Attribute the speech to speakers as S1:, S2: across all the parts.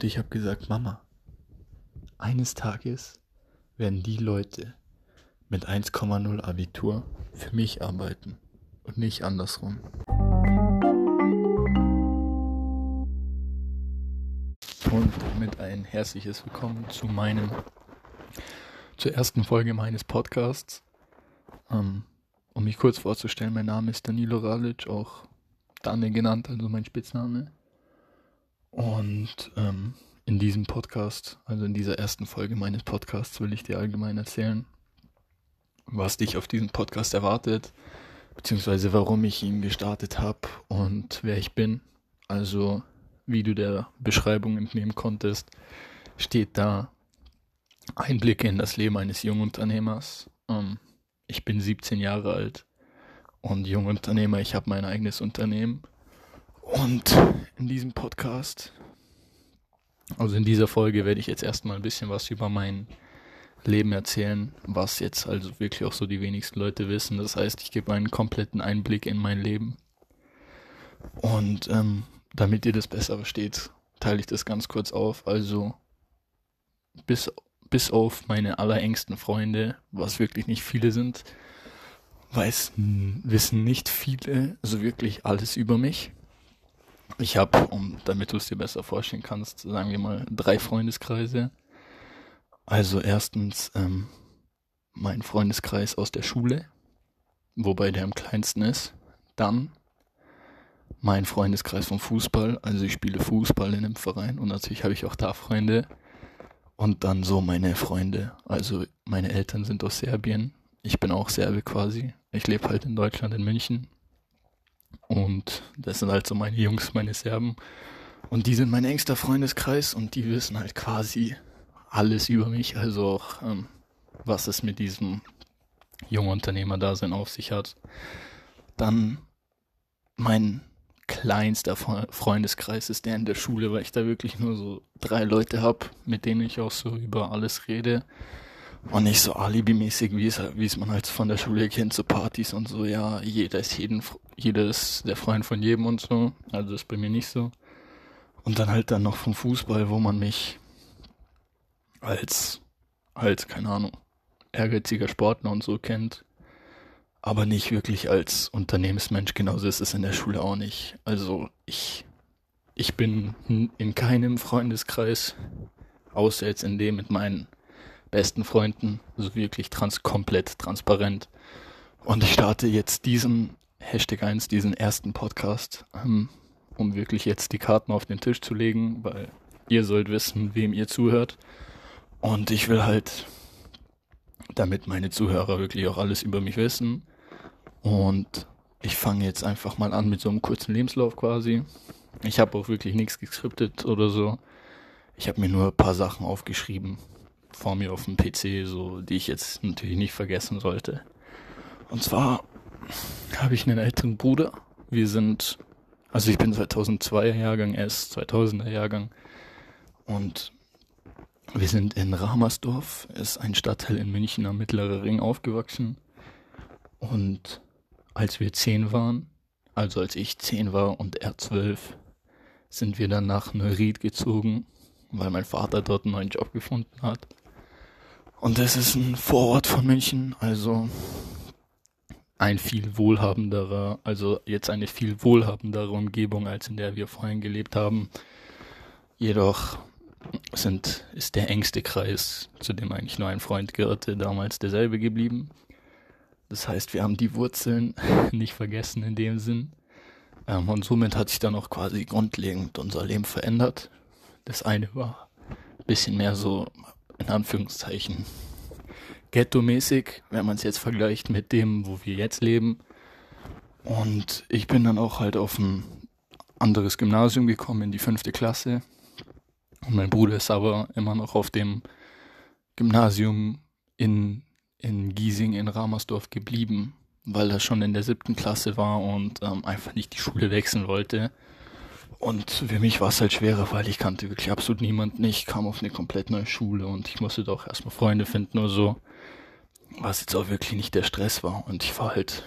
S1: ich habe gesagt, Mama, eines Tages werden die Leute mit 1,0 Abitur für mich arbeiten und nicht andersrum. Und damit ein herzliches Willkommen zur ersten Folge meines Podcasts. Um mich kurz vorzustellen, mein Name ist Danilo Ralic, auch Dane genannt, also mein Spitzname. Und in diesem Podcast, also in dieser ersten Folge meines Podcasts, will ich dir allgemein erzählen, was dich auf diesem Podcast erwartet, beziehungsweise warum ich ihn gestartet habe und wer ich bin. Also, wie du der Beschreibung entnehmen konntest, steht da Einblicke in das Leben eines Jungunternehmers. Ich bin 17 Jahre alt und Jungunternehmer, ich habe mein eigenes Unternehmen. Und in diesem Podcast, also in dieser Folge, werde ich jetzt erstmal ein bisschen was über mein Leben erzählen, was jetzt also wirklich auch so die wenigsten Leute wissen. Das heißt, ich gebe einen kompletten Einblick in mein Leben. Und damit ihr das besser versteht, teile ich das ganz kurz auf. Also bis auf meine allerengsten Freunde, was wirklich nicht viele sind, wissen nicht viele so wirklich alles über mich. Ich habe, damit du es dir besser vorstellen kannst, sagen wir mal 3 Freundeskreise. Also erstens mein Freundeskreis aus der Schule, wobei der am kleinsten ist. Dann mein Freundeskreis vom Fußball, also ich spiele Fußball in einem Verein und natürlich habe ich auch da Freunde. Und dann so meine Freunde, also meine Eltern sind aus Serbien, ich bin auch Serbe quasi, ich lebe halt in Deutschland, in München. Und das sind halt so meine Jungs, meine Serben. Und die sind mein engster Freundeskreis und die wissen halt quasi alles über mich. Also auch, was es mit diesem Jungunternehmer-Dasein auf sich hat. Dann mein kleinster Freundeskreis ist der in der Schule, weil ich da wirklich nur so 3 Leute habe, mit denen ich auch so über alles rede. Und nicht so alibimäßig, wie es man halt von der Schule kennt, so Partys und so, ja, jeder ist der Freund von jedem und so, also ist bei mir nicht so. Und dann halt noch vom Fußball, wo man mich als, keine Ahnung, ehrgeiziger Sportler und so kennt, aber nicht wirklich als Unternehmensmensch, genauso ist es in der Schule auch nicht. Also ich bin in keinem Freundeskreis, außer jetzt in dem mit meinen besten Freunden, also wirklich komplett transparent. Und ich starte jetzt diesen #1, diesen ersten Podcast, um wirklich jetzt die Karten auf den Tisch zu legen, weil ihr sollt wissen, wem ihr zuhört. Und ich will halt, damit meine Zuhörer wirklich auch alles über mich wissen. Und ich fange jetzt einfach mal an mit so einem kurzen Lebenslauf quasi. Ich habe auch wirklich nichts geskriptet oder so. Ich habe mir nur ein paar Sachen aufgeschrieben vor mir auf dem PC, so, die ich jetzt natürlich nicht vergessen sollte. Und zwar habe ich einen älteren Bruder. Ich bin 2002er Jahrgang, er ist 2000er Jahrgang. Und wir sind in Ramersdorf, ist ein Stadtteil in München am Mittleren Ring, aufgewachsen. Und als wir 10 waren, also als ich 10 war und er 12, sind wir dann nach Neuried gezogen, weil mein Vater dort einen neuen Job gefunden hat. Und das ist ein Vorort von München, also eine viel wohlhabendere Umgebung, als in der wir vorhin gelebt haben. Jedoch ist der engste Kreis, zu dem eigentlich nur ein Freund gehörte, damals derselbe geblieben. Das heißt, wir haben die Wurzeln nicht vergessen in dem Sinn. Und somit hat sich dann auch quasi grundlegend unser Leben verändert. Das eine war ein bisschen mehr so, in Anführungszeichen, ghetto-mäßig, wenn man es jetzt vergleicht mit dem, wo wir jetzt leben. Und ich bin dann auch halt auf ein anderes Gymnasium gekommen, in die 5. Klasse. Und mein Bruder ist aber immer noch auf dem Gymnasium in Giesing in Ramersdorf geblieben, weil er schon in der 7. Klasse war und einfach nicht die Schule wechseln wollte. Und für mich war es halt schwerer, weil ich kannte wirklich absolut niemanden. Ich kam auf eine komplett neue Schule und ich musste doch erstmal Freunde finden oder so. Was jetzt auch wirklich nicht der Stress war. Und ich war halt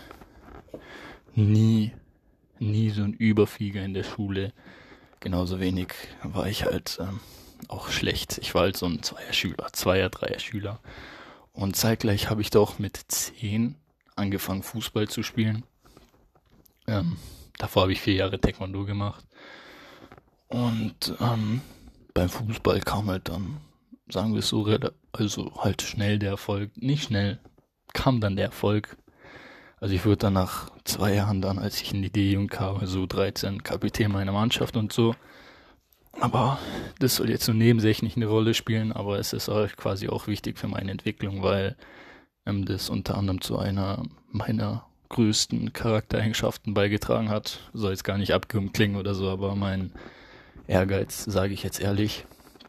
S1: nie so ein Überflieger in der Schule. Genauso wenig war ich halt auch schlecht. Ich war halt so ein Zweier, Dreier Schüler. Und zeitgleich habe ich doch mit 10 angefangen, Fußball zu spielen. Ähm, Davor habe ich 4 Jahre Taekwondo gemacht. Und beim Fußball kam halt dann, sagen wir es so, also halt schnell der Erfolg. Nicht schnell, kam dann der Erfolg. Also ich wurde dann nach 2 Jahren dann, als ich in die D-Jugend kam, so 13, Kapitän meiner Mannschaft und so. Aber das soll jetzt so nebensächlich eine Rolle spielen, aber es ist auch quasi auch wichtig für meine Entwicklung, weil das unter anderem zu einer meiner größten Charaktereigenschaften beigetragen hat. Soll jetzt gar nicht abgehoben klingen oder so, aber mein Ehrgeiz, sage ich jetzt ehrlich,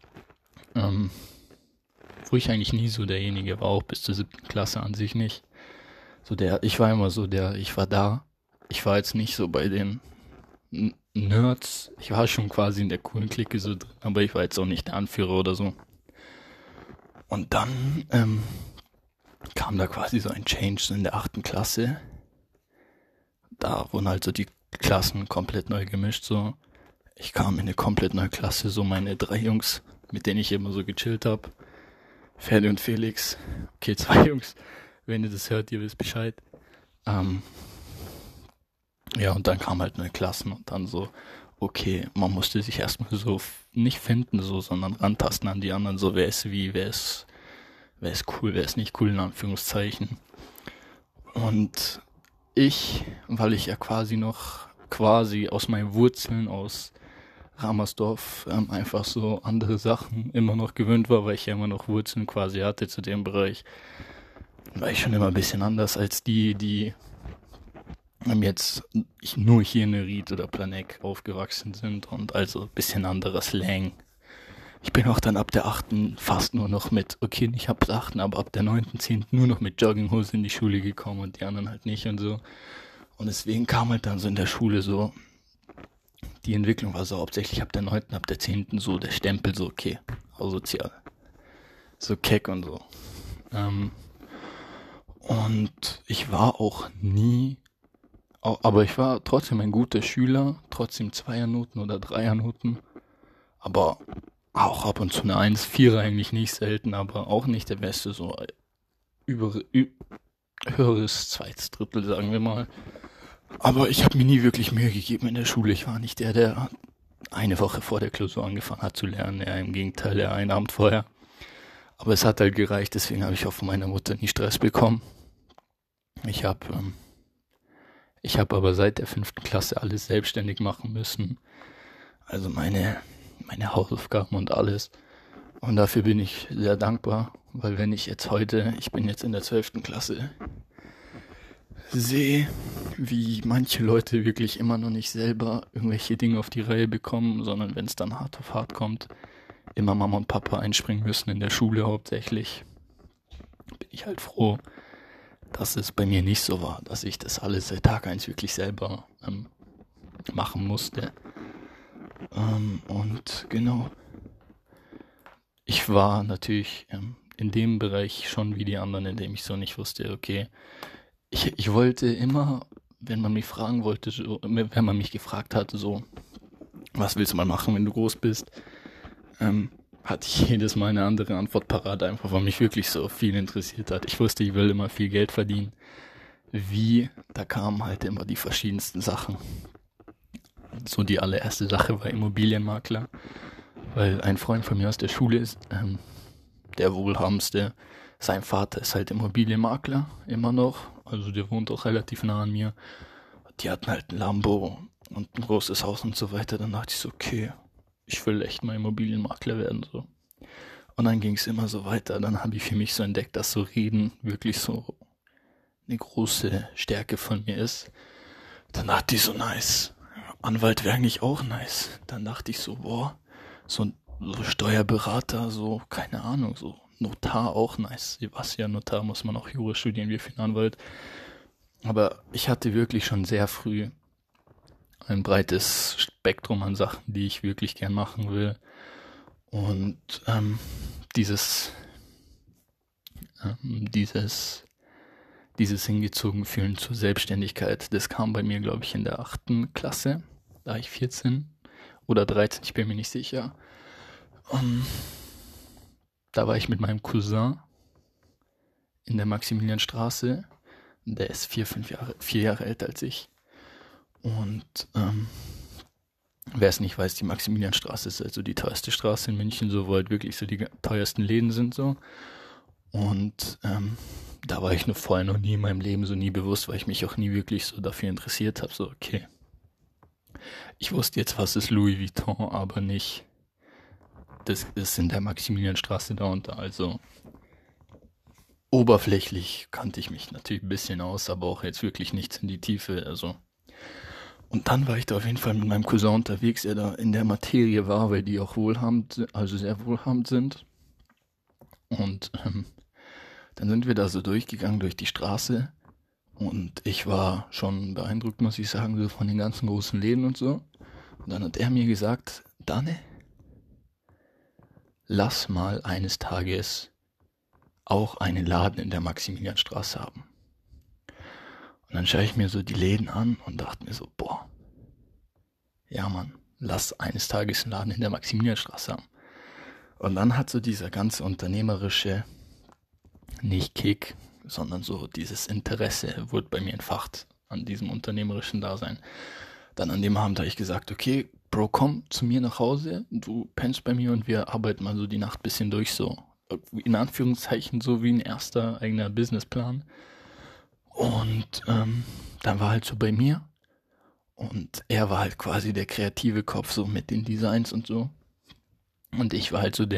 S1: wo ich eigentlich nie so derjenige war, auch bis zur 7. Klasse an sich nicht. Ich war immer so ich war da. Ich war jetzt nicht so bei den Nerds. Ich war schon quasi in der coolen Clique so drin, aber ich war jetzt auch nicht der Anführer oder so. Und dann kam da quasi so ein Change so in der 8. Klasse. Da wurden halt so die Klassen komplett neu gemischt, so. Ich kam in eine komplett neue Klasse, so meine 3 Jungs, mit denen ich immer so gechillt habe. Ferdi und Felix. Okay, 2 Jungs. Wenn ihr das hört, ihr wisst Bescheid. Ja, und dann kamen halt neue Klassen und dann so, okay, man musste sich erstmal so nicht finden, so, sondern rantasten an die anderen, so, wer ist wie, wer ist cool, wer ist nicht cool, in Anführungszeichen. Und weil ich ja quasi aus meinen Wurzeln aus Ramersdorf einfach so andere Sachen immer noch gewöhnt war, weil ich ja immer noch Wurzeln quasi hatte zu dem Bereich, war ich schon immer ein bisschen anders als die jetzt nur hier in Ried oder Planegg aufgewachsen sind und also ein bisschen anderer Slang. Ich bin auch dann ab der 8. fast nur noch nicht ab der 8., aber ab der 9., 10. nur noch mit Jogginghose in die Schule gekommen und die anderen halt nicht und so. Und deswegen kam halt dann so in der Schule so, die Entwicklung war so hauptsächlich ab der 9., ab der 10. so der Stempel so, okay, asozial. So keck und so. Und ich war auch nie, aber ich war trotzdem ein guter Schüler, trotzdem 2er-Noten oder 3er-Noten, aber auch ab und zu eine 1, 4er eigentlich nicht selten, aber auch nicht der Beste, so höheres zweites Drittel, sagen wir mal. Aber ich habe mir nie wirklich Mühe gegeben in der Schule. Ich war nicht der eine Woche vor der Klausur angefangen hat zu lernen. Ja, im Gegenteil, der einen Abend vorher. Aber es hat halt gereicht, deswegen habe ich auch von meiner Mutter nie Stress bekommen. Ich habe aber seit der 5. Klasse alles selbstständig machen müssen. Also meine Hausaufgaben und alles. Und dafür bin ich sehr dankbar, weil wenn ich bin jetzt in der 12. Klasse, sehe, wie manche Leute wirklich immer noch nicht selber irgendwelche Dinge auf die Reihe bekommen, sondern wenn es dann hart auf hart kommt, immer Mama und Papa einspringen müssen, in der Schule hauptsächlich, bin ich halt froh, dass es bei mir nicht so war, dass ich das alles seit Tag 1 wirklich selber machen musste. Und genau, ich war natürlich in dem Bereich schon wie die anderen, in dem ich so nicht wusste, okay, ich wollte immer, wenn man mich gefragt hat, so, was willst du mal machen, wenn du groß bist, hatte ich jedes Mal eine andere Antwort parat, einfach weil mich wirklich so viel interessiert hat. Ich wusste, ich will immer viel Geld verdienen. Da kamen halt immer die verschiedensten Sachen. So die allererste Sache war Immobilienmakler, weil ein Freund von mir aus der Schule ist, der wohlhabendste. Sein Vater ist halt Immobilienmakler, immer noch. Also der wohnt auch relativ nah an mir. Die hatten halt ein Lambo und ein großes Haus und so weiter. Dann dachte ich so, okay, ich will echt mal Immobilienmakler werden, so. Und dann ging es immer so weiter. Dann habe ich für mich so entdeckt, dass so Reden wirklich so eine große Stärke von mir ist. Dann dachte ich so, nice. Anwalt wäre eigentlich auch nice. Dann dachte ich so, boah, so Steuerberater, so, keine Ahnung, so Notar auch nice. Was ja, Notar muss man auch Jura studieren wie für einen Anwalt. Aber ich hatte wirklich schon sehr früh ein breites Spektrum an Sachen, die ich wirklich gern machen will. Und dieses hingezogen fühlen zur Selbstständigkeit, das kam bei mir, glaube ich, in der 8. Klasse, da ich 14 oder 13, ich bin mir nicht sicher. Um, Da war ich mit meinem Cousin in der Maximilianstraße. Der ist 4 Jahre älter als ich. Und wer es nicht weiß, die Maximilianstraße ist also die teuerste Straße in München, so wo halt wirklich so die teuersten Läden sind so. Und da war ich nur vorher noch nie in meinem Leben so nie bewusst, weil ich mich auch nie wirklich so dafür interessiert habe. So, okay, ich wusste jetzt, was ist Louis Vuitton, aber nicht, das ist in der Maximilianstraße da und da. Also oberflächlich kannte ich mich natürlich ein bisschen aus, aber auch jetzt wirklich nichts in die Tiefe. Also und dann war ich da auf jeden Fall mit meinem Cousin unterwegs, der da in der Materie war, weil die auch wohlhabend, also sehr wohlhabend sind. Und dann sind wir da so durchgegangen durch die Straße und ich war schon beeindruckt, muss ich sagen, so von den ganzen großen Läden und so. Und dann hat er mir gesagt, Dane, lass mal eines Tages auch einen Laden in der Maximilianstraße haben. Und dann schaue ich mir so die Läden an und dachte mir so, boah, ja Mann, lass eines Tages einen Laden in der Maximilianstraße haben. Und dann hat so dieser ganze unternehmerische, nicht Kick, sondern so dieses Interesse wurde bei mir entfacht an diesem unternehmerischen Dasein. Dann an dem Abend habe ich gesagt, okay, Bro, komm zu mir nach Hause, du pennst bei mir und wir arbeiten mal so die Nacht bisschen durch, so in Anführungszeichen so wie ein erster eigener Businessplan. Und dann war halt so bei mir und er war halt quasi der kreative Kopf so mit den Designs und so. Und ich war halt so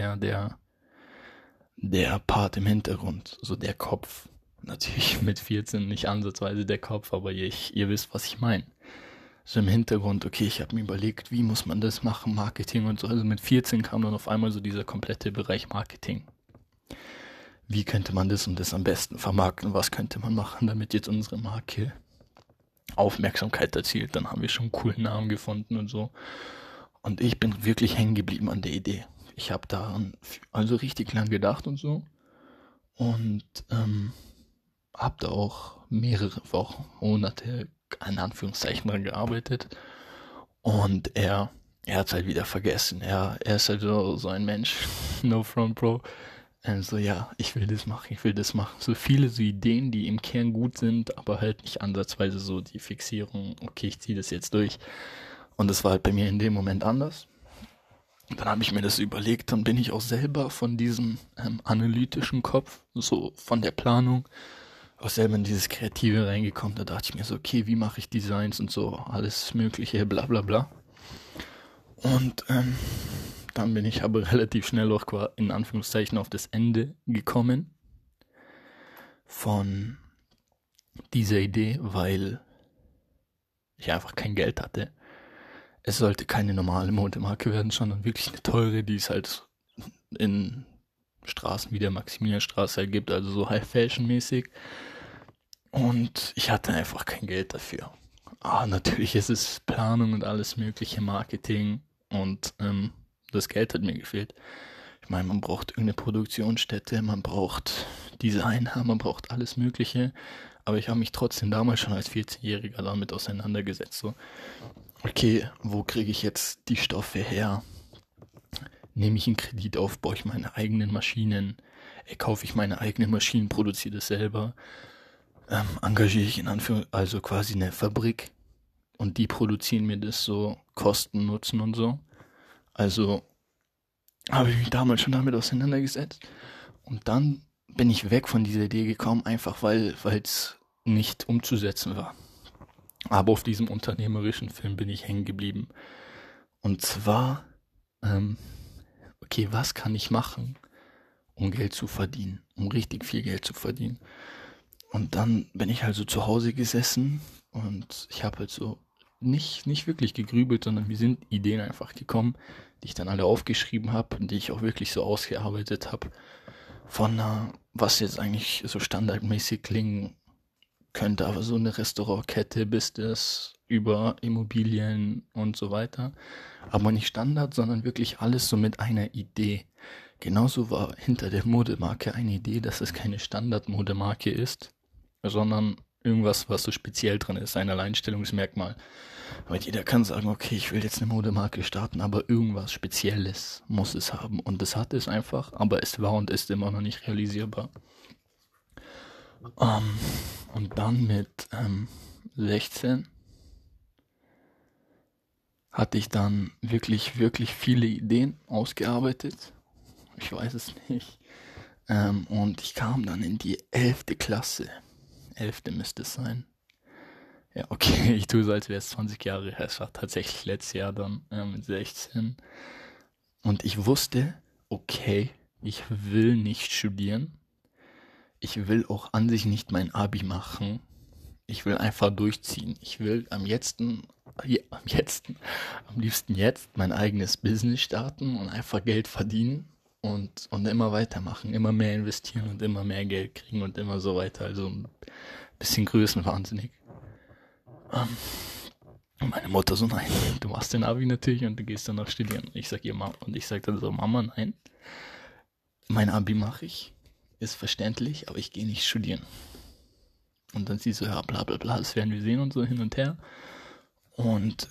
S1: der Part im Hintergrund, so der Kopf. Natürlich mit 14 nicht ansatzweise der Kopf, aber ihr wisst, was ich meine. So im Hintergrund, okay, ich habe mir überlegt, wie muss man das machen, Marketing und so. Also mit 14 kam dann auf einmal so dieser komplette Bereich Marketing. Wie könnte man das und das am besten vermarkten? Was könnte man machen, damit jetzt unsere Marke Aufmerksamkeit erzielt? Dann haben wir schon einen coolen Namen gefunden und so. Und ich bin wirklich hängen geblieben an der Idee. Ich habe daran also richtig lang gedacht und so. Und habe da auch mehrere Wochen, Monate, in Anführungszeichen, dran gearbeitet. Und er hat es halt wieder vergessen. Er ist halt so ein Mensch, no front, Bro. So, ja, ich will das machen, ich will das machen. So viele so Ideen, die im Kern gut sind, aber halt nicht ansatzweise so die Fixierung, okay, ich ziehe das jetzt durch. Und das war halt bei mir in dem Moment anders. Dann habe ich mir das überlegt, dann bin ich auch selber von diesem analytischen Kopf, so von der Planung, auch selber in dieses Kreative reingekommen. Da dachte ich mir so, okay, wie mache ich Designs und so, alles mögliche, bla bla bla. Und dann bin ich aber relativ schnell auch in Anführungszeichen auf das Ende gekommen von dieser Idee, weil ich einfach kein Geld hatte. Es sollte keine normale Modemarke werden, sondern wirklich eine teure, die es halt in Straßen wie der Maximilianstraße halt gibt, also so High-Fashion-mäßig. Und ich hatte einfach kein Geld dafür. Natürlich ist es Planung und alles mögliche, Marketing und das Geld hat mir gefehlt. Ich meine, man braucht irgendeine Produktionsstätte, man braucht Designer, man braucht alles Mögliche. Aber ich habe mich trotzdem damals schon als 14-Jähriger damit auseinandergesetzt. So, okay, wo kriege ich jetzt die Stoffe her? Nehme ich einen Kredit auf, baue ich meine eigenen Maschinen, kaufe ich meine eigenen Maschinen, produziere das selber, engagiere ich also quasi eine Fabrik und die produzieren mir das so, Kosten, Nutzen und so. Also habe ich mich damals schon damit auseinandergesetzt und dann bin ich weg von dieser Idee gekommen, einfach weil es nicht umzusetzen war. Aber auf diesem unternehmerischen Film bin ich hängen geblieben. Und zwar, okay, was kann ich machen, um Geld zu verdienen, um richtig viel Geld zu verdienen? Und dann bin ich halt so zu Hause gesessen und ich habe halt so nicht wirklich gegrübelt, sondern mir sind Ideen einfach gekommen, die ich dann alle aufgeschrieben habe und die ich auch wirklich so ausgearbeitet habe. Von was jetzt eigentlich so standardmäßig klingen könnte, aber so eine Restaurantkette bis das über Immobilien und so weiter. Aber nicht Standard, sondern wirklich alles so mit einer Idee. Genauso war hinter der Modemarke eine Idee, dass es keine Standardmodemarke ist, sondern Irgendwas, was so speziell dran ist, ein Alleinstellungsmerkmal. Weil jeder kann sagen, okay, ich will jetzt eine Modemarke starten, aber irgendwas Spezielles muss es haben. Und das hat es einfach, aber es war und ist immer noch nicht realisierbar. Und dann mit 16 hatte ich dann wirklich, wirklich viele Ideen ausgearbeitet. Ich weiß es nicht. Und ich kam dann in die 11. Klasse. 11. müsste es sein. Ja, okay, ich tue so, als wäre es 20 Jahre her. Es war tatsächlich letztes Jahr dann mit 16. Und ich wusste, okay, ich will nicht studieren. Ich will auch an sich nicht mein Abi machen. Ich will einfach durchziehen. Ich will am liebsten jetzt mein eigenes Business starten und einfach Geld verdienen und immer weitermachen, immer mehr investieren und immer mehr Geld kriegen und immer so weiter. Also ein bisschen größenwahnsinnig. Meine Mutter so, nein, du machst den Abi natürlich und du gehst dann noch studieren. Ich sag ihr Mama und ich sag dann so, Mama, nein, mein Abi mache ich, ist verständlich, aber ich gehe nicht studieren. Und dann sie so, ja, bla bla bla, das werden wir sehen und so hin und her. Und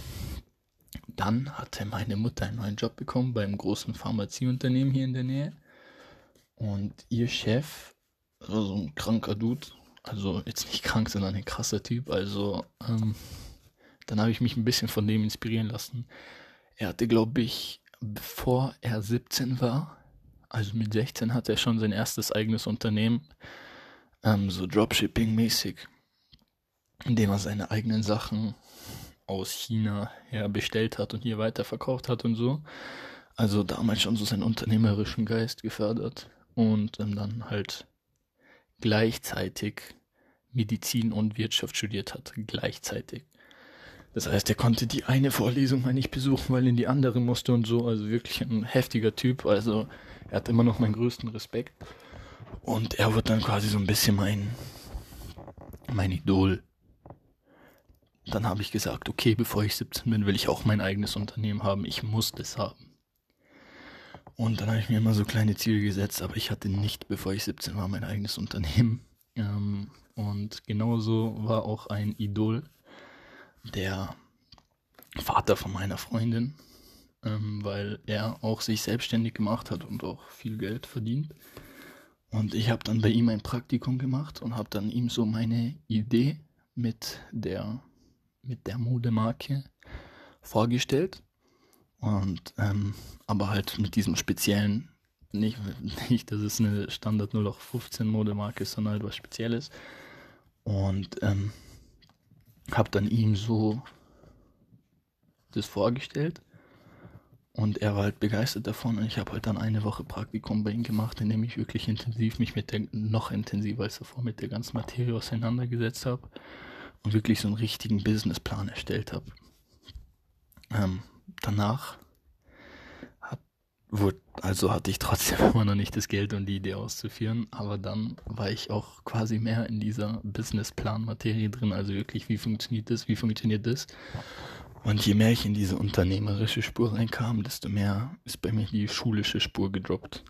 S1: dann hatte meine Mutter einen neuen Job bekommen beim großen Pharmazieunternehmen hier in der Nähe. Und ihr Chef, also so ein kranker Dude, also jetzt nicht krank, sondern ein krasser Typ. Also dann habe ich mich ein bisschen von dem inspirieren lassen. Er hatte, glaube ich, bevor er 17 war, also mit 16 hatte er schon sein erstes eigenes Unternehmen, so Dropshipping-mäßig, indem er seine eigenen Sachen aus China her bestellt hat und hier weiterverkauft hat und so. Also damals schon so seinen unternehmerischen Geist gefördert und dann halt gleichzeitig Medizin und Wirtschaft studiert hat, gleichzeitig. Das heißt, er konnte die eine Vorlesung mal nicht besuchen, weil er in die andere musste und so. Also wirklich ein heftiger Typ. Also er hat immer noch meinen größten Respekt. Und er wird dann quasi so ein bisschen mein Idol. Dann habe ich gesagt, okay, bevor ich 17 bin, will ich auch mein eigenes Unternehmen haben. Ich muss das haben. Und dann habe ich mir immer so kleine Ziele gesetzt, aber ich hatte nicht, bevor ich 17 war, mein eigenes Unternehmen. Und genauso war auch ein Idol der Vater von meiner Freundin, weil er auch sich selbstständig gemacht hat und auch viel Geld verdient. Und ich habe dann bei ihm ein Praktikum gemacht und habe dann ihm so meine Idee mit der Modemarke vorgestellt. Und aber halt mit diesem speziellen, nicht, dass es eine Standard 0815 Modemarke ist, sondern halt was Spezielles. Und habe dann ihm so das vorgestellt und er war halt begeistert davon und ich habe halt dann eine Woche Praktikum bei ihm gemacht, in dem ich wirklich intensiv mich noch intensiver als davor mit der ganzen Materie auseinandergesetzt habe und wirklich so einen richtigen Businessplan erstellt habe. Danach hatte ich trotzdem immer noch nicht das Geld, um die Idee auszuführen, aber dann war ich auch quasi mehr in dieser Businessplan-Materie drin, also wirklich, wie funktioniert das? Und je mehr ich in diese unternehmerische Spur reinkam, desto mehr ist bei mir die schulische Spur gedroppt.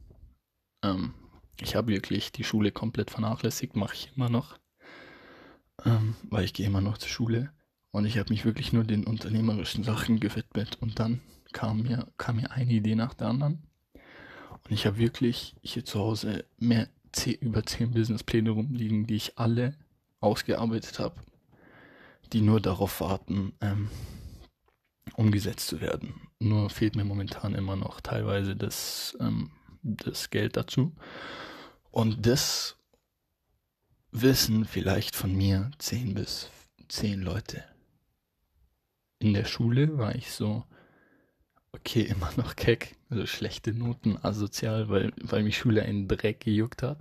S1: Ich habe wirklich die Schule komplett vernachlässigt, mache ich immer noch, weil ich gehe immer noch zur Schule und ich habe mich wirklich nur den unternehmerischen Sachen gewidmet und dann kam mir eine Idee nach der anderen und ich habe wirklich hier zu Hause über 10 Businesspläne rumliegen, die ich alle ausgearbeitet habe, die nur darauf warten, umgesetzt zu werden. Nur fehlt mir momentan immer noch teilweise das Geld dazu. Und das wissen vielleicht von mir 10 Leute. In der Schule war ich so, okay, immer noch keck, also schlechte Noten, asozial, weil mich Schule einen Dreck gejuckt hat.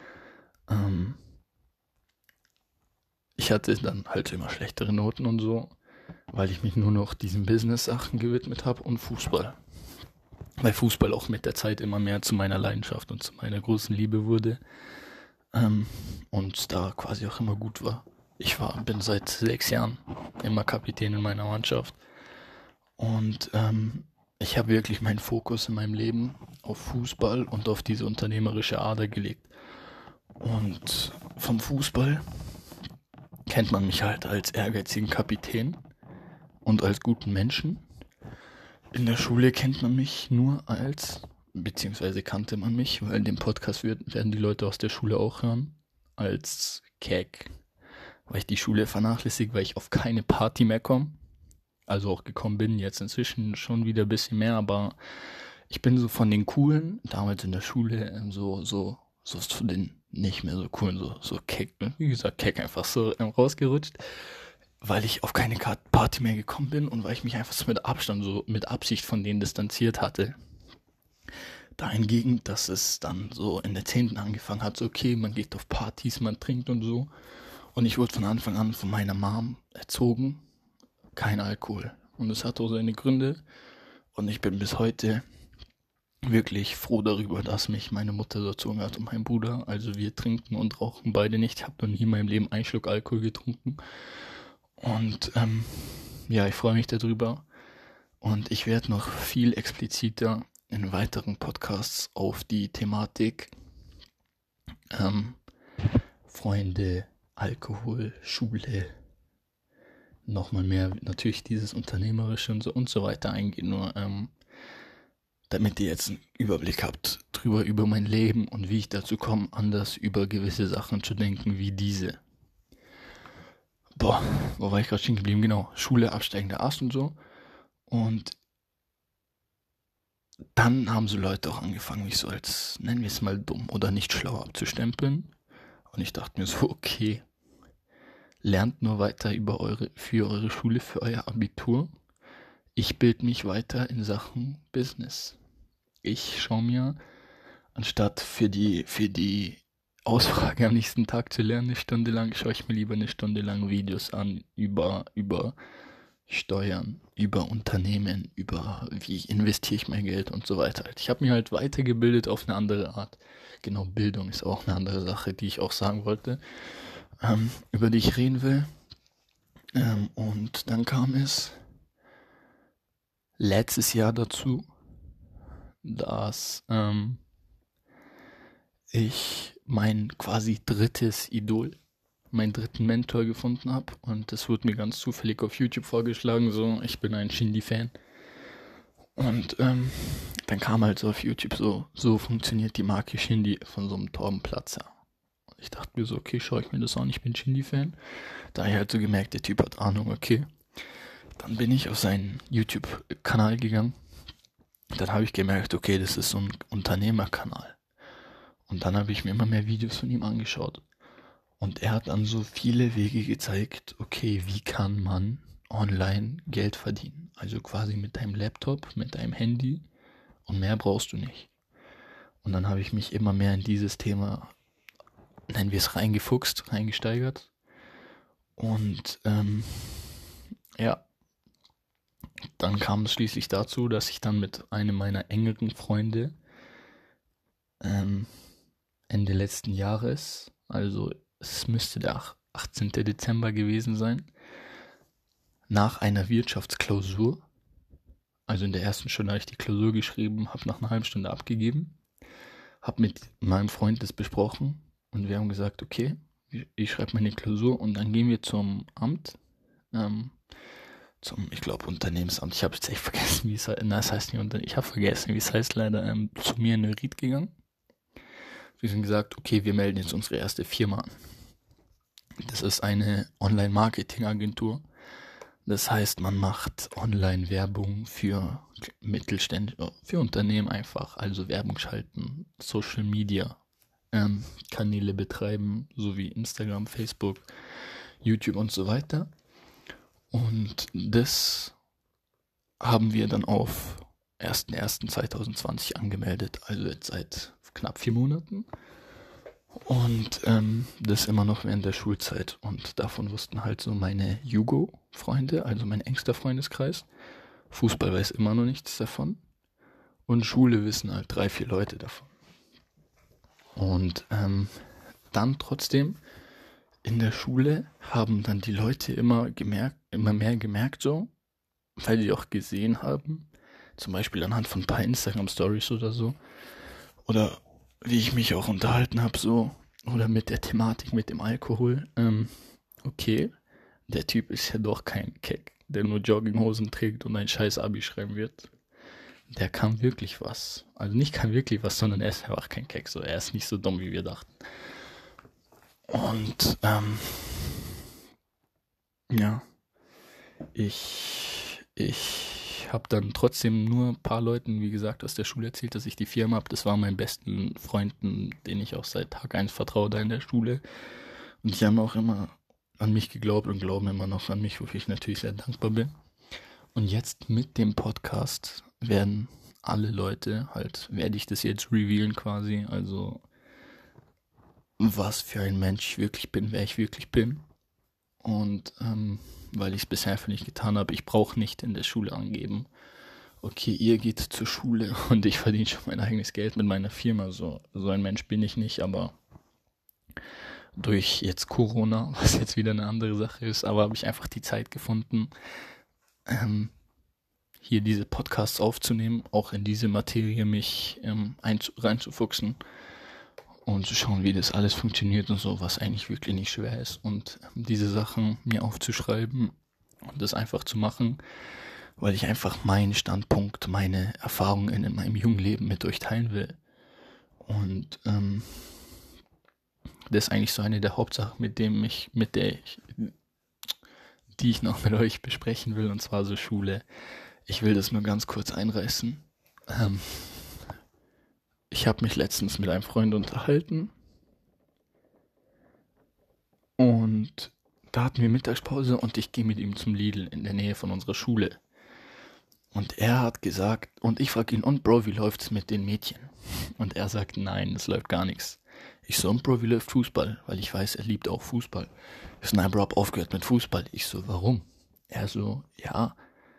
S1: Ich hatte dann halt immer schlechtere Noten und so, weil ich mich nur noch diesen Business-Sachen gewidmet habe und Fußball. Weil Fußball auch mit der Zeit immer mehr zu meiner Leidenschaft und zu meiner großen Liebe wurde. Und da quasi auch immer gut war. Bin seit 6 Jahren immer Kapitän in meiner Mannschaft. Und ich habe wirklich meinen Fokus in meinem Leben auf Fußball und auf diese unternehmerische Ader gelegt. Und vom Fußball kennt man mich halt als ehrgeizigen Kapitän und als guten Menschen. In der Schule kennt man mich nur beziehungsweise kannte man mich, weil den Podcast werden die Leute aus der Schule auch hören, als Keck, weil ich die Schule vernachlässige, weil ich auf keine Party mehr komme. Also auch gekommen bin, jetzt inzwischen schon wieder ein bisschen mehr, aber ich bin so von den Coolen, damals in der Schule, so zu den nicht mehr so coolen, so keck, wie gesagt, keck einfach so rausgerutscht, weil ich auf keine Party mehr gekommen bin und weil ich mich einfach so mit Abstand, so mit Absicht von denen distanziert hatte. Dahingegen, dass es dann so in der 10. angefangen hat, so okay, man geht auf Partys, man trinkt und so. Und ich wurde von Anfang an von meiner Mom erzogen, kein Alkohol. Und es hat auch seine Gründe. Und ich bin bis heute wirklich froh darüber, dass mich meine Mutter so erzogen hat und mein Bruder. Also wir trinken und rauchen beide nicht. Ich habe noch nie in meinem Leben einen Schluck Alkohol getrunken. Und ja, ich freue mich darüber. Und ich werde noch viel expliziter in weiteren Podcasts auf die Thematik Freunde, Alkohol, Schule, nochmal mehr natürlich dieses Unternehmerische und so weiter eingehen. Nur damit ihr jetzt einen Überblick habt über mein Leben und wie ich dazu komme, anders über gewisse Sachen zu denken wie diese. Boah, wo war ich gerade stehen geblieben? Genau, Schule, absteigender Ast und so. Und dann haben so Leute auch angefangen, mich so als, nennen wir es mal, dumm oder nicht schlau abzustempeln. Und ich dachte mir so, okay, lernt nur weiter für eure Schule, für euer Abitur. Ich bilde mich weiter in Sachen Business. Ich schaue mir, anstatt für die Ausfrage am nächsten Tag zu lernen, eine Stunde lang, schaue ich mir lieber eine Stunde lang Videos an über Steuern, über Unternehmen, über wie investiere ich mein Geld und so weiter. Ich habe mich halt weitergebildet auf eine andere Art. Genau, Bildung ist auch eine andere Sache, die ich auch sagen wollte, über die ich reden will. Und dann kam es letztes Jahr dazu, dass ich mein quasi drittes Idol, meinen dritten Mentor gefunden habe. Und das wurde mir ganz zufällig auf YouTube vorgeschlagen, so, ich bin ein Shindy-Fan. Und dann kam halt so auf YouTube so funktioniert die Marke Shindy von so einem Torben Platzer. Und ich dachte mir so, okay, schaue ich mir das an, ich bin Shindy-Fan. Da habe ich halt so gemerkt, der Typ hat Ahnung, okay. Dann bin ich auf seinen YouTube-Kanal gegangen. Dann habe ich gemerkt, okay, das ist so ein Unternehmerkanal. Und dann habe ich mir immer mehr Videos von ihm angeschaut. Und er hat dann so viele Wege gezeigt, okay, wie kann man online Geld verdienen? Also quasi mit deinem Laptop, mit deinem Handy und mehr brauchst du nicht. Und dann habe ich mich immer mehr in dieses Thema, nennen wir es reingesteigert. Und ja, dann kam es schließlich dazu, dass ich dann mit einem meiner engeren Freunde Ende letzten Jahres, also es müsste der 18. Dezember gewesen sein, nach einer Wirtschaftsklausur, also in der ersten Stunde habe ich die Klausur geschrieben, habe nach einer halben Stunde abgegeben, habe mit meinem Freund das besprochen und wir haben gesagt, okay, ich schreibe meine Klausur und dann gehen wir zum Amt, ich glaube, Unternehmensamt, ich habe jetzt echt vergessen, wie es heißt, das heißt nicht ich habe vergessen, wie es heißt, leider, zu mir in den Ried gegangen. Wir haben gesagt, okay, wir melden jetzt unsere erste Firma an. Das ist eine Online-Marketing-Agentur. Das heißt, man macht Online-Werbung für für Unternehmen einfach, also Werbung schalten, Social Media Kanäle betreiben, sowie Instagram, Facebook, YouTube und so weiter. Und das haben wir dann auf 1.1.2020 angemeldet, also jetzt seit knapp 4 Monaten. Und das immer noch während der Schulzeit. Und davon wussten halt so meine Jugo-Freunde, also mein engster Freundeskreis. Fußball weiß immer noch nichts davon. Und Schule wissen halt 3-4 Leute davon. Und dann trotzdem in der Schule haben dann die Leute immer mehr gemerkt so, weil die auch gesehen haben, zum Beispiel anhand von ein paar Instagram-Stories oder so, oder wie ich mich auch unterhalten habe so, oder mit der Thematik mit dem Alkohol, okay, der Typ ist ja doch kein Keck, der nur Jogginghosen trägt und ein scheiß Abi schreiben wird. Der kann wirklich was. Also nicht kann wirklich was, sondern er ist einfach kein Keck. So, er ist nicht so dumm, wie wir dachten. Und ja, ich habe dann trotzdem nur ein paar Leuten, wie gesagt, aus der Schule erzählt, dass ich die Firma habe. Das waren meine besten Freunden, denen ich auch seit Tag 1 vertraue da in der Schule. Und die haben auch immer an mich geglaubt und glauben immer noch an mich, wofür ich natürlich sehr dankbar bin. Und jetzt mit dem Podcast werden alle Leute werde ich das jetzt revealen quasi, also was für ein Mensch ich wirklich bin, wer ich wirklich bin. Und weil ich es bisher einfach nicht getan habe, ich brauche nicht in der Schule angeben, okay, ihr geht zur Schule und ich verdiene schon mein eigenes Geld mit meiner Firma. So ein Mensch bin ich nicht, aber durch jetzt Corona, was jetzt wieder eine andere Sache ist, aber habe ich einfach die Zeit gefunden, hier diese Podcasts aufzunehmen, auch in diese Materie mich reinzufuchsen und zu schauen, wie das alles funktioniert und so, was eigentlich wirklich nicht schwer ist. Und diese Sachen mir aufzuschreiben und das einfach zu machen, weil ich einfach meinen Standpunkt, meine Erfahrungen in meinem jungen Leben mit euch teilen will. Und das ist eigentlich so eine der Hauptsachen, die ich noch mit euch besprechen will, und zwar so Schule. Ich will das nur ganz kurz einreißen. Ich habe mich letztens mit einem Freund unterhalten und da hatten wir Mittagspause und ich gehe mit ihm zum Lidl in der Nähe von unserer Schule. Und er hat gesagt, und ich frage ihn, und Bro, wie läuft's mit den Mädchen? Und er sagt, nein, es läuft gar nichts. Ich so, und Bro, wie läuft Fußball? Weil ich weiß, er liebt auch Fußball. Ich so, nein, Bro, hab aufgehört mit Fußball. Ich so, warum? Er so, ja,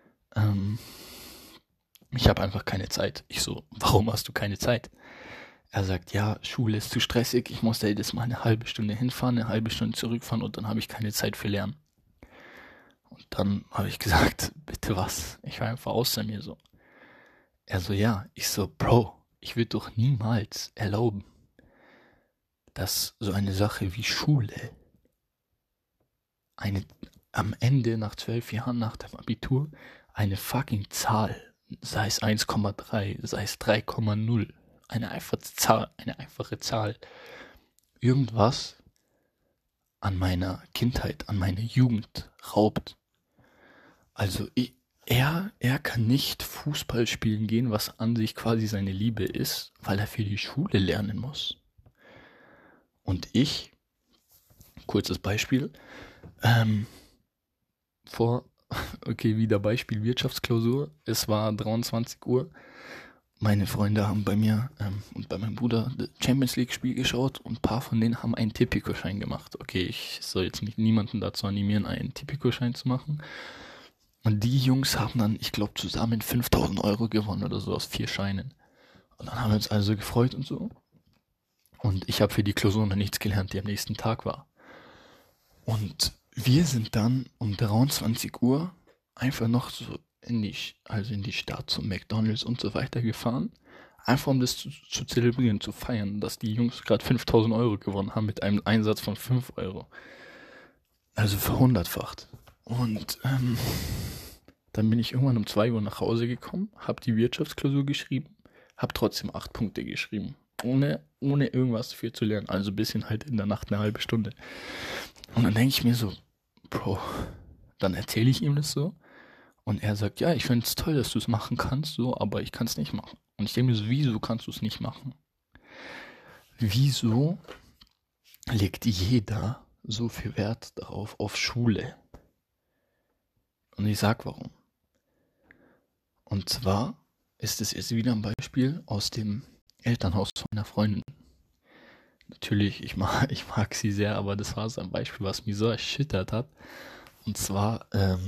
S1: ich habe einfach keine Zeit. Ich so, warum hast du keine Zeit? Er sagt, ja, Schule ist zu stressig, ich muss da jedes Mal eine halbe Stunde hinfahren, eine halbe Stunde zurückfahren und dann habe ich keine Zeit für Lernen. Und dann habe ich gesagt, bitte was? Ich war einfach außer mir so. Er so, ja. Ich so, Bro, ich würde doch niemals erlauben, dass so eine Sache wie Schule am Ende nach 12 Jahren nach dem Abitur eine fucking Zahl, sei es 1,3, sei es 3,0, eine einfache Zahl, irgendwas an meiner Kindheit, an meiner Jugend raubt. Also er kann nicht Fußball spielen gehen, was an sich quasi seine Liebe ist, weil er für die Schule lernen muss. Und ich, kurzes Beispiel, wieder Beispiel Wirtschaftsklausur, es war 23 Uhr, meine Freunde haben bei mir und bei meinem Bruder das Champions League Spiel geschaut und ein paar von denen haben einen Tipico-Schein gemacht. Okay, ich soll jetzt nicht niemanden dazu animieren, einen Tipico-Schein zu machen. Und die Jungs haben dann, ich glaube, zusammen 5.000 Euro gewonnen oder so aus 4 Scheinen. Und dann haben wir uns also gefreut und so. Und ich habe für die Klausur noch nichts gelernt, die am nächsten Tag war. Und wir sind dann um 23 Uhr einfach noch so in die Stadt, zum McDonald's und so weiter gefahren. Einfach um das zu zelebrieren, zu feiern, dass die Jungs gerade 5.000 Euro gewonnen haben mit einem Einsatz von 5 Euro. Also verhundertfacht. Und dann bin ich irgendwann um 2 Uhr nach Hause gekommen, habe die Wirtschaftsklausur geschrieben, habe trotzdem 8 Punkte geschrieben. Ohne irgendwas dafür zu lernen. Also ein bisschen halt in der Nacht eine halbe Stunde. Und dann denke ich mir so, Bro, dann erzähle ich ihm das so. Und er sagt, ja, ich finde es toll, dass du es machen kannst, so, aber ich kann es nicht machen. Und ich denke mir so, wieso kannst du es nicht machen? Wieso legt jeder so viel Wert darauf, auf Schule? Und ich sag warum. Und zwar ist es jetzt wieder ein Beispiel aus dem Elternhaus von einer Freundin. Natürlich, ich mag sie sehr, aber das war so ein Beispiel, was mich so erschüttert hat. Und zwar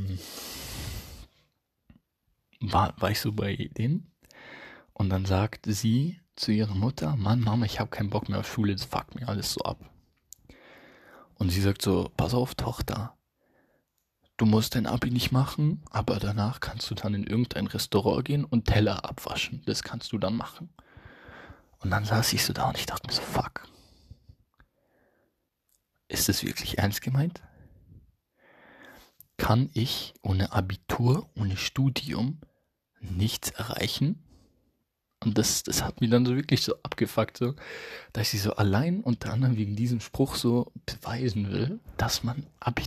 S1: war ich so bei denen und dann sagt sie zu ihrer Mutter, Mann, Mama, ich habe keinen Bock mehr auf Schule, das fuckt mir alles so ab. Und sie sagt so, pass auf, Tochter, du musst dein Abi nicht machen, aber danach kannst du dann in irgendein Restaurant gehen und Teller abwaschen. Das kannst du dann machen. Und dann saß ich so da und ich dachte mir so, fuck. Ist das wirklich ernst gemeint? kann ich ohne Abitur, ohne Studium nichts erreichen? Und das hat mich dann so wirklich so abgefuckt, so, dass ich so allein unter anderem wegen diesem Spruch so beweisen will, dass man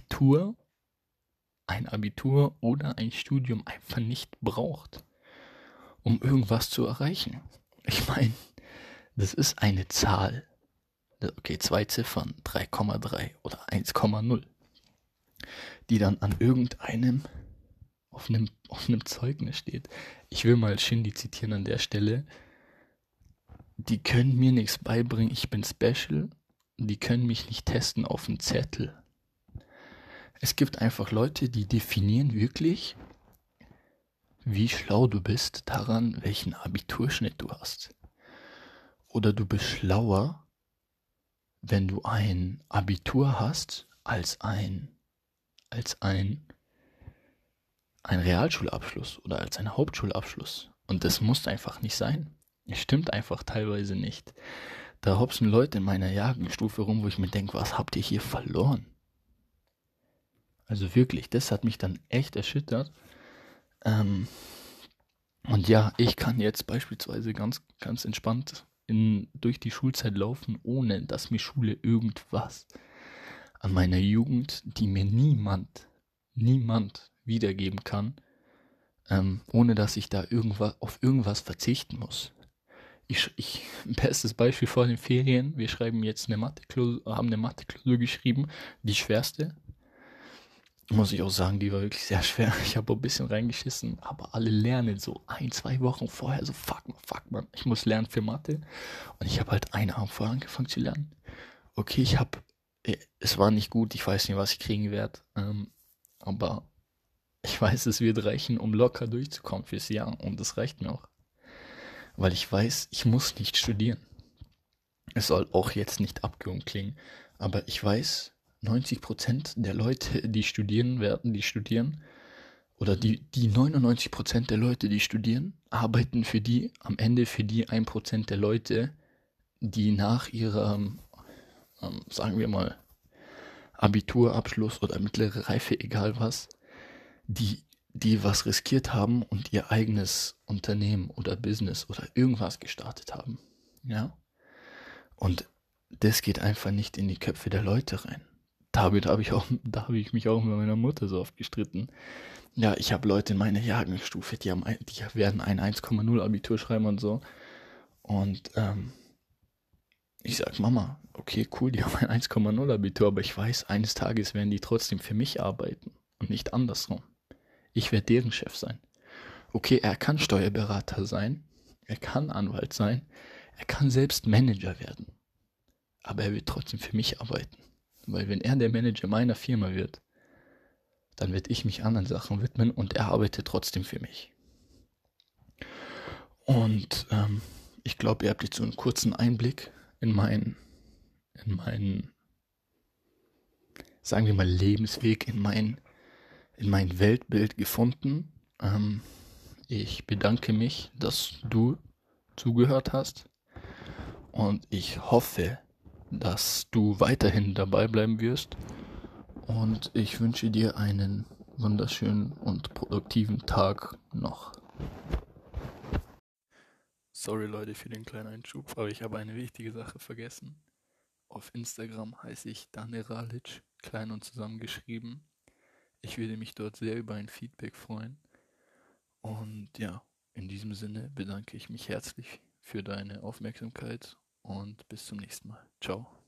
S1: ein Abitur oder ein Studium einfach nicht braucht, um irgendwas zu erreichen. Ich meine, das ist eine Zahl. Okay, zwei Ziffern, 3,3 oder 1,0, die dann an irgendeinem auf einem Zeugnis steht. Ich will mal Shindy zitieren an der Stelle. Die können mir nichts beibringen, ich bin special. Die können mich nicht testen auf dem Zettel. Es gibt einfach Leute, die definieren wirklich, wie schlau du bist, daran, welchen Abiturschnitt du hast. Oder du bist schlauer, wenn du ein Abitur hast, als ein Realschulabschluss oder als ein Hauptschulabschluss. Und das muss einfach nicht sein. Es stimmt einfach teilweise nicht. Da hopsen Leute in meiner Jahrgangsstufe rum, wo ich mir denke, was habt ihr hier verloren? Also wirklich, das hat mich dann echt erschüttert. Und ja, ich kann jetzt beispielsweise ganz, ganz entspannt durch die Schulzeit laufen, ohne dass mir Schule irgendwas an meiner Jugend, die mir niemand wiedergeben kann, ohne dass ich da auf irgendwas verzichten muss. Bestes Beispiel vor den Ferien, wir schreiben jetzt haben eine Mathe-Klausur geschrieben, die schwerste. Muss ich auch sagen, die war wirklich sehr schwer. Ich habe ein bisschen reingeschissen, aber alle lernen so 1, 2 Wochen vorher so, fuck man, ich muss lernen für Mathe. Und ich habe halt einen Abend vorher angefangen zu lernen. Okay, es war nicht gut, ich weiß nicht, was ich kriegen werde, aber ich weiß, es wird reichen, um locker durchzukommen fürs Jahr, und das reicht mir auch. Weil ich weiß, ich muss nicht studieren. Es soll auch jetzt nicht abgehoben klingen, aber ich weiß, 90% der Leute, die studieren werden, die studieren, oder die 99% der Leute, die studieren, arbeiten am Ende für die 1% der Leute, die nach ihrem, sagen wir mal, Abiturabschluss oder mittlere Reife, egal was, die was riskiert haben und ihr eigenes Unternehmen oder Business oder irgendwas gestartet haben. Ja? Und das geht einfach nicht in die Köpfe der Leute rein. Da habe ich mich auch mit meiner Mutter so oft gestritten. Ja, ich habe Leute in meiner Jahrgangsstufe, die werden ein 1,0 Abitur schreiben und so. Und ich sag, Mama, okay, cool, die haben ein 1,0 Abitur, aber ich weiß, eines Tages werden die trotzdem für mich arbeiten und nicht andersrum. Ich werde deren Chef sein. Okay, er kann Steuerberater sein, er kann Anwalt sein, er kann selbst Manager werden. Aber er wird trotzdem für mich arbeiten. Weil wenn er der Manager meiner Firma wird, dann werde ich mich anderen Sachen widmen und er arbeitet trotzdem für mich. Und ich glaube, ihr habt jetzt so einen kurzen Einblick in meinen, sagen wir mal, Lebensweg, in mein Weltbild gefunden. Ich bedanke mich, dass du zugehört hast, und ich hoffe, dass du weiterhin dabei bleiben wirst, und ich wünsche dir einen wunderschönen und produktiven Tag noch. Sorry Leute für den kleinen Einschub, aber ich habe eine wichtige Sache vergessen. Auf Instagram heiße ich Dane Ralic, klein und zusammengeschrieben. Ich würde mich dort sehr über ein Feedback freuen. Und ja, in diesem Sinne bedanke ich mich herzlich für deine Aufmerksamkeit und bis zum nächsten Mal. Ciao.